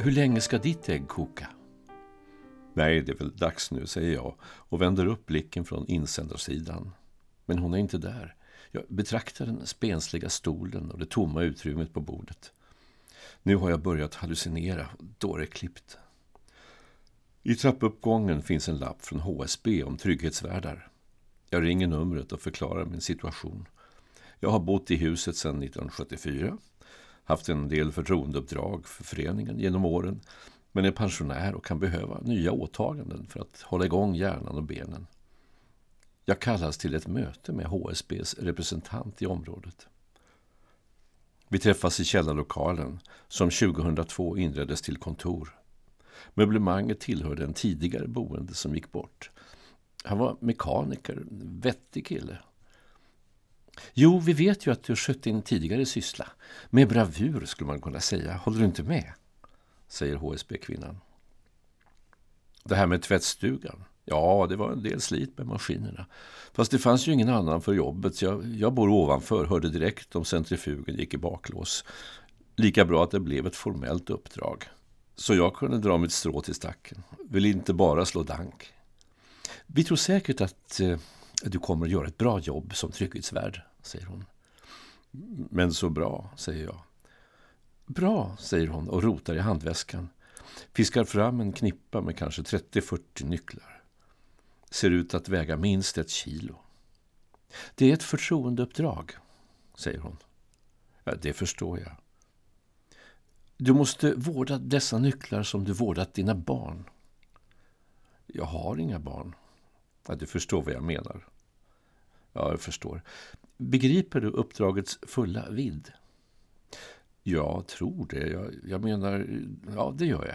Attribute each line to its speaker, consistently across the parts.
Speaker 1: Hur länge ska ditt ägg koka?
Speaker 2: Nej, det är väl dags nu, säger jag och vänder upp blicken från insändarsidan. Men hon är inte där. Jag betraktar den spensliga stolen och det tomma utrymmet på bordet. Nu har jag börjat hallucinera, då är det klippt. I trappuppgången finns en lapp från HSB om trygghetsvärdar. Jag ringer numret och förklarar min situation. Jag har bott i huset sedan 1974, haft en del förtroendeuppdrag för föreningen genom åren, men är pensionär och kan behöva nya åtaganden för att hålla igång hjärnan och benen. Jag kallas till ett möte med HSBs representant i området. Vi träffas i källarlokalen som 2002 inreddes till kontor. Möblemanget tillhörde en tidigare boende som gick bort. Han var mekaniker, en vettig kille. Jo, vi vet ju att du skött din tidigare syssla. Med bravur skulle man kunna säga. Håller du inte med? Säger HSB-kvinnan. Det här med tvättstugan. Ja, det var en del slit med maskinerna. Fast det fanns ju ingen annan för jobbet. Så jag bor ovanför, hörde direkt om centrifugen gick i baklås. Lika bra att det blev ett formellt uppdrag. Så jag kunde dra mitt strå till stacken. Vill inte bara slå dank. Vi tror säkert att du kommer att göra ett bra jobb som trygghetsvärd, säger hon. Men så bra, säger jag. Bra, säger hon och rotar i handväskan. Fiskar fram en knippa med kanske 30-40 nycklar. Ser ut att väga minst 1 kilo. Det är ett förtroendeuppdrag, säger hon. Ja, det förstår jag. Du måste vårda dessa nycklar som du vårdat dina barn. Jag har inga barn. Ja, du förstår vad jag menar. Ja, jag förstår. Begriper du uppdragets fulla vidd? Jag tror det. Jag menar, ja, det gör jag.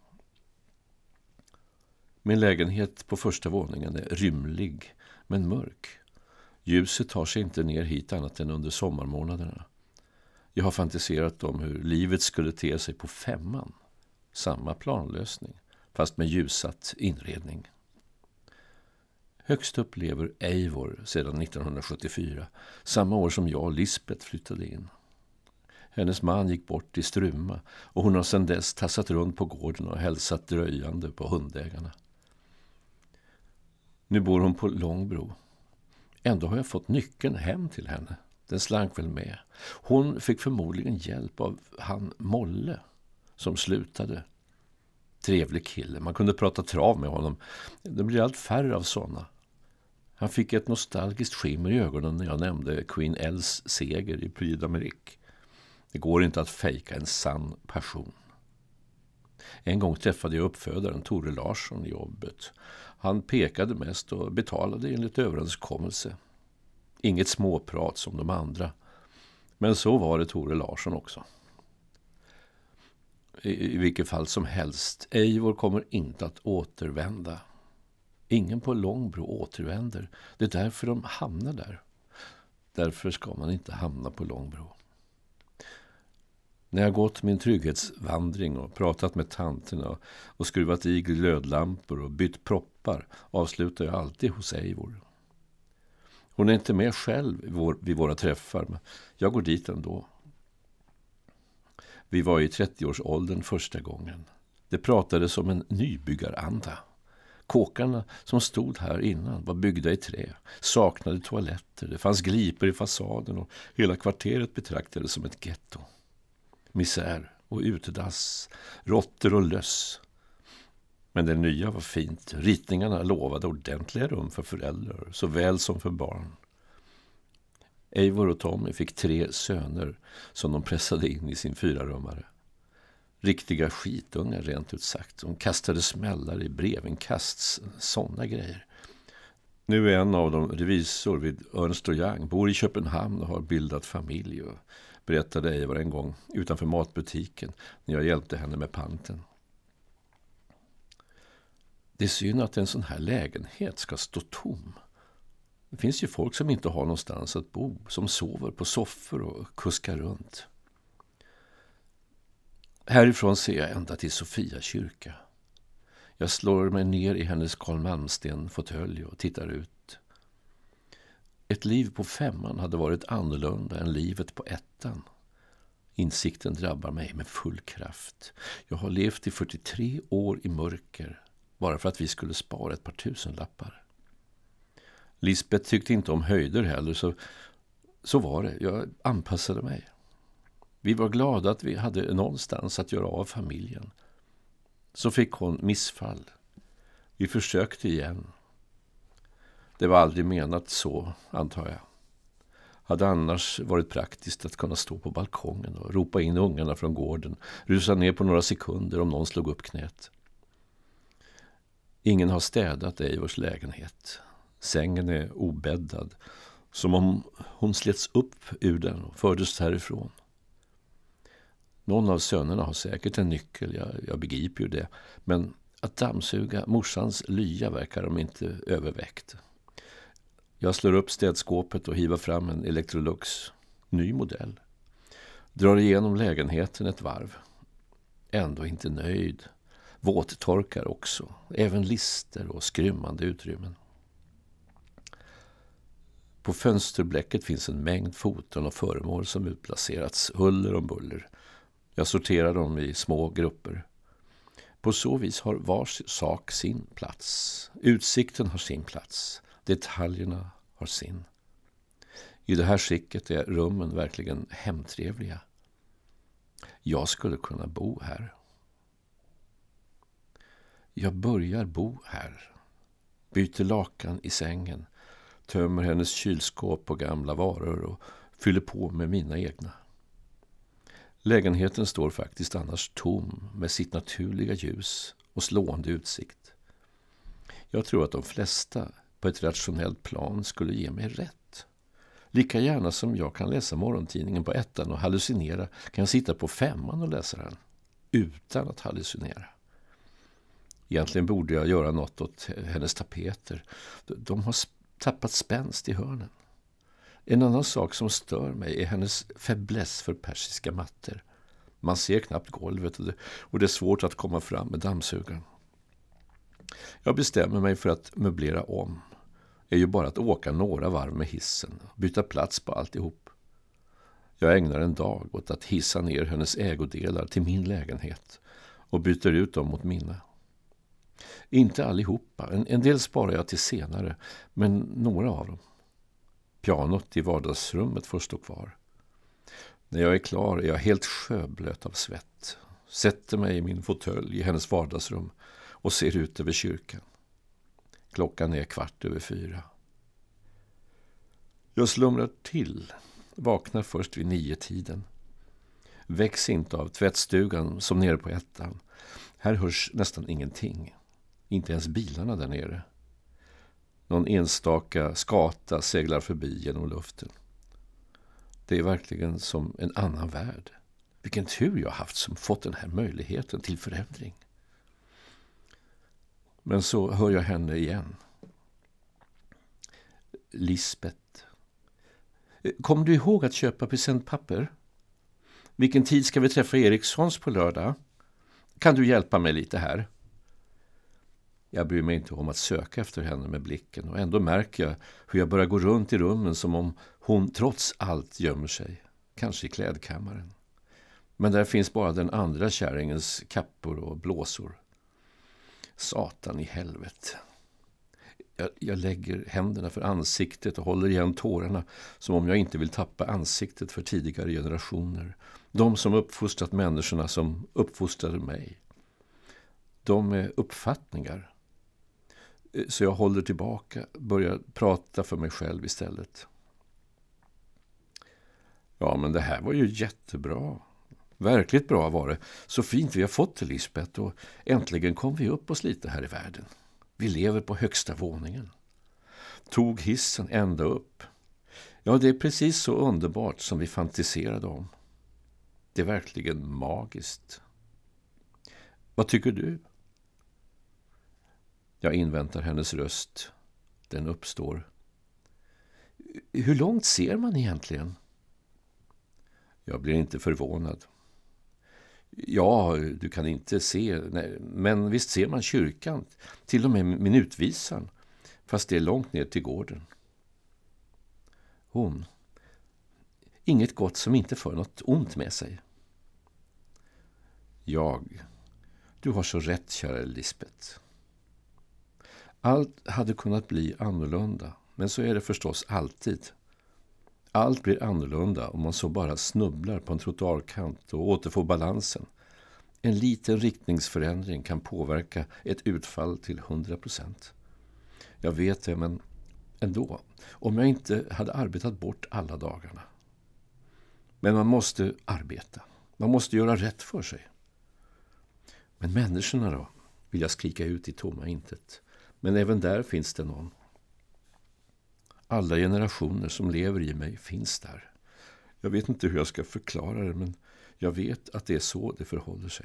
Speaker 2: Min lägenhet på första våningen är rymlig, men mörk. Ljuset tar sig inte ner hit annat än under sommarmånaderna. Jag har fantiserat om hur livet skulle te sig på 5:an. Samma planlösning, fast med ljussatt inredning. Högst upp lever Eivor sedan 1974, samma år som jag och Lisbeth flyttade in. Hennes man gick bort i Struma och hon har sedan dess tassat runt på gården och hälsat dröjande på hundägarna. Nu bor hon på Långbro. Ändå har jag fått nyckeln hem till henne. Den slank väl med. Hon fick förmodligen hjälp av han Molle som slutade. Trevlig kille. Man kunde prata trav med honom. Det blir allt färre av sådana. Han fick ett nostalgiskt skimmer i ögonen när jag nämnde Queen Els seger i Prix d'Amérique. Det går inte att fejka en sann passion. En gång träffade jag uppfödaren Tore Larsson i jobbet. Han pekade mest och betalade enligt överenskommelse. Inget småprat som de andra. Men så var det Tore Larsson också. I vilket fall som helst, Eivor kommer inte att återvända. Ingen på Långbro återvänder. Det är därför de hamnar där. Därför ska man inte hamna på Långbro. När jag gått min trygghetsvandring och pratat med tanterna och skruvat i glödlampor och bytt proppar avslutar jag alltid hos Eivor. Hon är inte med själv vid våra träffar, men jag går dit ändå. Vi var i 30-årsåldern första gången. Det pratades om en nybyggaranda. Kåkarna som stod här innan var byggda i trä, saknade toaletter, det fanns gliper i fasaden och hela kvarteret betraktades som ett getto. Misär och utedass, råttor och löss. Men det nya var fint. Ritningarna lovade ordentliga rum för föräldrar, såväl som för barn. Eivor och Tommy fick 3 söner som de pressade in i sin 4-rummare. Riktiga skitungar rent ut sagt. De kastade smällar i brevinkast, sådana grejer. Nu är en av dem revisor vid Ernst & Young, bor i Köpenhamn och har bildat familj och berättade Eivor en gång utanför matbutiken när jag hjälpte henne med panten. Det är synd att en sån här lägenhet ska stå tom. Det finns ju folk som inte har någonstans att bo, som sover på soffor och kuskar runt. Härifrån ser jag ända till Sofia kyrka. Jag slår mig ner i hennes Carl Malmsten-fåtölj och tittar ut. Ett liv på 5:an hade varit annorlunda än livet på 1:an. Insikten drabbar mig med full kraft. Jag har levt i 43 år i mörker bara för att vi skulle spara ett par tusenlappar. Lisbeth tyckte inte om höjder heller, så var det. Jag anpassade mig. Vi var glada att vi hade någonstans att göra av familjen. Så fick hon missfall. Vi försökte igen. Det var aldrig menat så, antar jag. Hade annars varit praktiskt att kunna stå på balkongen och ropa in ungarna från gården, rusa ner på några sekunder om någon slog upp knät. Ingen har städat Eivors lägenhet. Sängen är obäddad, som om hon slets upp ur den och fördes härifrån. Någon av sönerna har säkert en nyckel, jag begriper ju det, men att dammsuga morsans lya verkar de inte övervägt. Jag slår upp städskåpet och hivar fram en Electrolux, ny modell. Drar igenom lägenheten ett varv. Ändå inte nöjd. Våttorkar också. Även lister och skrymmande utrymmen. På fönsterblecket finns en mängd foton och föremål som utplacerats huller om buller. Jag sorterar dem i små grupper. På så vis har vars sak sin plats. Utsikten har sin plats. Detaljerna har sin. I det här skicket är rummen verkligen hemtrevliga. Jag skulle kunna bo här. Jag börjar bo här. Byter lakan i sängen. Tömmer hennes kylskåp på gamla varor och fyller på med mina egna. Lägenheten står faktiskt annars tom med sitt naturliga ljus och slående utsikt. Jag tror att de flesta på ett rationellt plan skulle ge mig rätt. Lika gärna som jag kan läsa morgontidningen på 1:an och hallucinera kan jag sitta på 5:an och läsa den utan att hallucinera. Egentligen borde jag göra något åt hennes tapeter. De har tappat spänst i hörnen. En annan sak som stör mig är hennes fäbless för persiska mattor. Man ser knappt golvet och det är svårt att komma fram med dammsugaren. Jag bestämmer mig för att möblera om. Det är ju bara att åka några varv med hissen och byta plats på alltihop. Jag ägnar en dag åt att hissa ner hennes ägodelar till min lägenhet och byter ut dem mot mina. Inte allihopa, en del sparar jag till senare, men några av dem. Pianot i vardagsrummet får stå kvar. När jag är klar är jag helt sjöblöt av svett. Sätter mig i min fåtölj i hennes vardagsrum och ser ut över kyrkan. Klockan är 4:15. Jag slumrar till, vaknar först vid 9-tiden. Väcks inte av tvättstugan som nere på 1:an. Här hörs nästan ingenting. Inte ens bilarna där nere. Någon enstaka skata seglar förbi genom luften. Det är verkligen som en annan värld. Vilken tur jag haft som fått den här möjligheten till förändring. Men så hör jag henne igen. Lisbeth. Kommer du ihåg att köpa presentpapper? Vilken tid ska vi träffa Erikssons på lördag? Kan du hjälpa mig lite här? Jag bryr mig inte om att söka efter henne med blicken och ändå märker jag hur jag börjar gå runt i rummen som om hon trots allt gömmer sig. Kanske i klädkammaren. Men där finns bara den andra kärringens kappor och blåsor. Satan i helvete. Jag lägger händerna för ansiktet och håller igen tårarna som om jag inte vill tappa ansiktet för tidigare generationer. De som uppfostrat människorna som uppfostrade mig. De är uppfattningar. Så jag håller tillbaka, börjar prata för mig själv istället. Ja, men det här var ju jättebra. Verkligt bra var det. Så fint vi har fått till Lisbeth och äntligen kom vi upp oss lite här i världen. Vi lever på högsta våningen. Tog hissen ända upp. Ja, det är precis så underbart som vi fantiserade om. Det är verkligen magiskt. Vad tycker du? Jag inväntar hennes röst. Den uppstår. Hur långt ser man egentligen? Jag blir inte förvånad. Ja, du kan inte se. Nej, men visst ser man kyrkan. Till och med minutvisaren. Fast det är långt ner till gården. Hon. Inget gott som inte för något ont med sig. Du har så rätt, kära Lisbeth. Allt hade kunnat bli annorlunda, men så är det förstås alltid. Allt blir annorlunda om man så bara snubblar på en trottoarkant och återfår balansen. En liten riktningsförändring kan påverka ett utfall till 100%. Jag vet det, men ändå. Om jag inte hade arbetat bort alla dagarna. Men man måste arbeta. Man måste göra rätt för sig. Men människorna då, vill jag skrika ut i tomma intet. Men även där finns det någon. Alla generationer som lever i mig finns där. Jag vet inte hur jag ska förklara det, men jag vet att det är så det förhåller sig.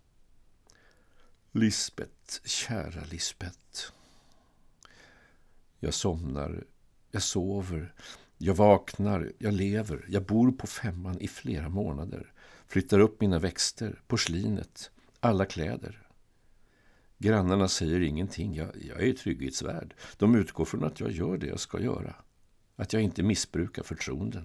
Speaker 2: Lisbeth, kära Lisbeth. Jag somnar, jag sover, jag vaknar, jag lever. Jag bor på 5:an i flera månader. Flyttar upp mina växter, porslinet, alla kläder. Grannarna säger ingenting. Jag är trygghetsvärd. De utgår från att jag gör det jag ska göra. Att jag inte missbrukar förtroenden.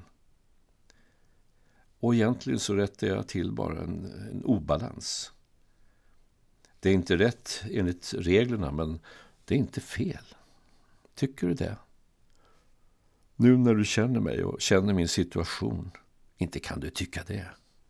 Speaker 2: Och egentligen så rättar jag till bara en obalans. Det är inte rätt enligt reglerna, men det är inte fel. Tycker du det? Nu när du känner mig och känner min situation, inte kan du tycka det.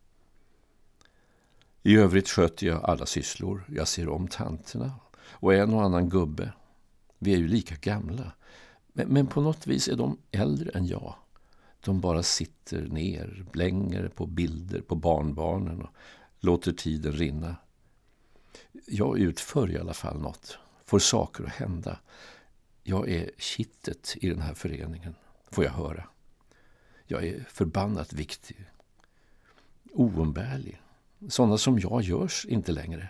Speaker 2: I övrigt sköter jag alla sysslor. Jag ser om tanterna och en och annan gubbe. Vi är ju lika gamla. Men på något vis är de äldre än jag. De bara sitter ner, blänger på bilder på barnbarnen och låter tiden rinna. Jag utför i alla fall något. Får saker att hända. Jag är kittet i den här föreningen, får jag höra. Jag är förbannat viktig. Oumbärlig. Sådana som jag görs inte längre.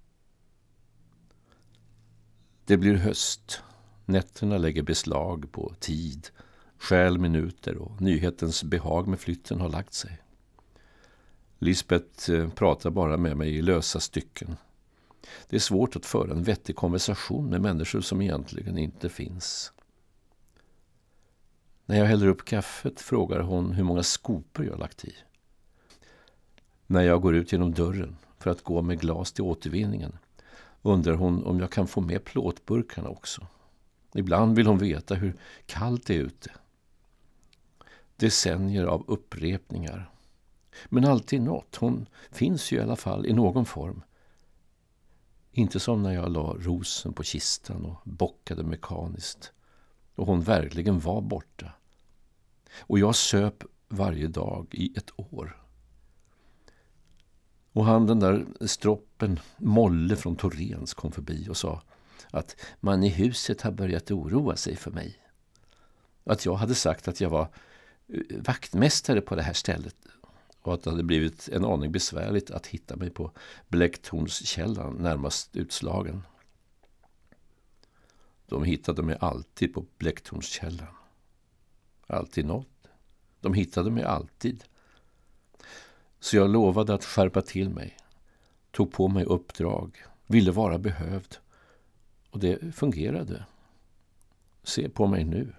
Speaker 2: Det blir höst. Nätterna lägger beslag på tid, stjäl minuter och nyhetens behag med flytten har lagt sig. Lisbeth pratar bara med mig i lösa stycken. Det är svårt att föra en vettig konversation med människor som egentligen inte finns. När jag häller upp kaffet frågar hon hur många skopor jag lagt i. När jag går ut genom dörren för att gå med glas till återvinningen undrar hon om jag kan få med plåtburkarna också. Ibland vill hon veta hur kallt det är ute. Decennier av upprepningar. Men alltid något. Hon finns ju i alla fall i någon form. Inte som när jag la rosen på kistan och bockade mekaniskt. Och hon verkligen var borta. Och jag söp varje dag i ett år. Och han, den där stroppen, Molle från Torrens, kom förbi och sa att man i huset har börjat oroa sig för mig. Att jag hade sagt att jag var vaktmästare på det här stället och att det hade blivit en aning besvärligt att hitta mig på Blecktornskällan närmast utslagen. De hittade mig alltid på Blecktornskällan. Alltid något. De hittade mig alltid. Så jag lovade att skärpa till mig. Tog på mig uppdrag. Ville vara behövd. Och det fungerade. Se på mig nu.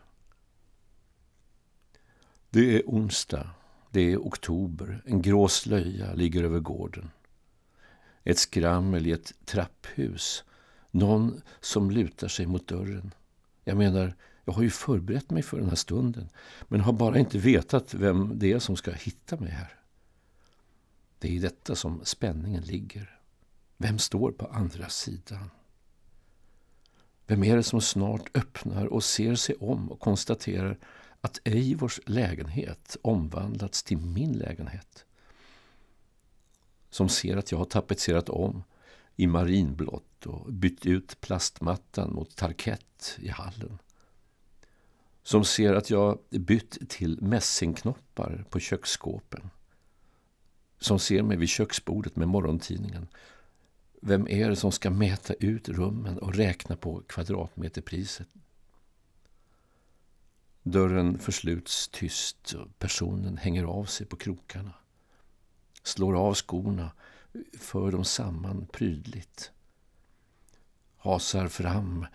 Speaker 2: Det är onsdag. Det är oktober. En grå slöja ligger över gården. Ett skrammel i ett trapphus. Någon som lutar sig mot dörren. Jag menar, jag har ju förberett mig för den här stunden. Men har bara inte vetat vem det är som ska hitta mig här. Det är i detta som spänningen ligger. Vem står på andra sidan? Vem är det som snart öppnar och ser sig om och konstaterar att Eivors lägenhet omvandlats till min lägenhet? Som ser att jag har tapetserat om i marinblått och bytt ut plastmattan mot tarkett i hallen. Som ser att jag bytt till mässingknoppar på köksskåpen. Som ser mig vid köksbordet med morgontidningen. Vem är det som ska mäta ut rummen och räkna på kvadratmeterpriset? Dörren försluts tyst och personen hänger av sig på krokarna. Slår av skorna, för dem samman prydligt. Hasar fram,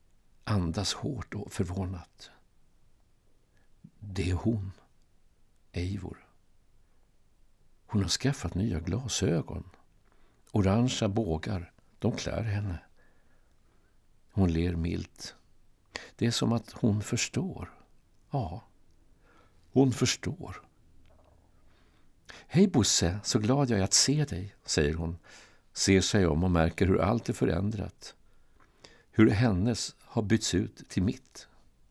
Speaker 2: andas hårt och förvånat. Det är hon. Eivor. Hon har skaffat nya glasögon. Orangea bågar, de klär henne. Hon ler milt. Det är som att hon förstår. Ja, hon förstår. Hej Bosse, så glad jag är att se dig, säger hon. Ser sig om och märker hur allt är förändrat. Hur hennes har bytts ut till mitt.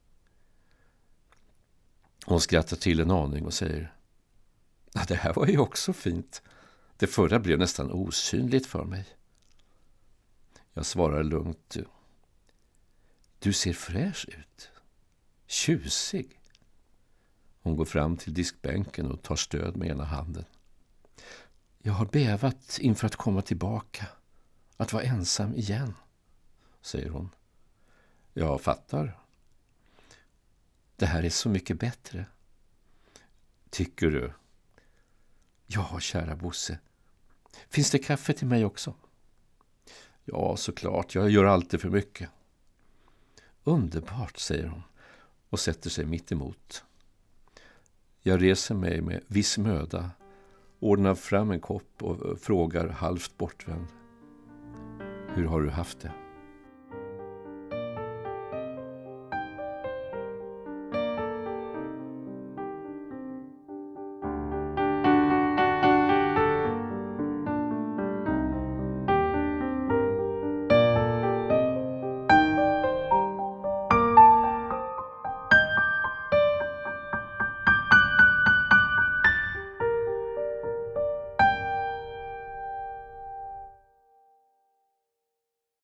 Speaker 2: Hon skrattar till en aning och säger: det här var ju också fint. Det förra blev nästan osynligt för mig. Jag svarar lugnt: du ser fräsch ut. Tjusig. Hon går fram till diskbänken och tar stöd med ena handen. Jag har bävat inför att komma tillbaka. Att vara ensam igen, säger hon. Jag fattar. Det här är så mycket bättre. Tycker du? Ja, kära Bosse. Finns det kaffe till mig också? Ja, såklart. Jag gör alltid för mycket. Underbart, säger hon och sätter sig mitt emot. Jag reser mig med viss möda, ordnar fram en kopp och frågar halvt bortvänd: hur har du haft det?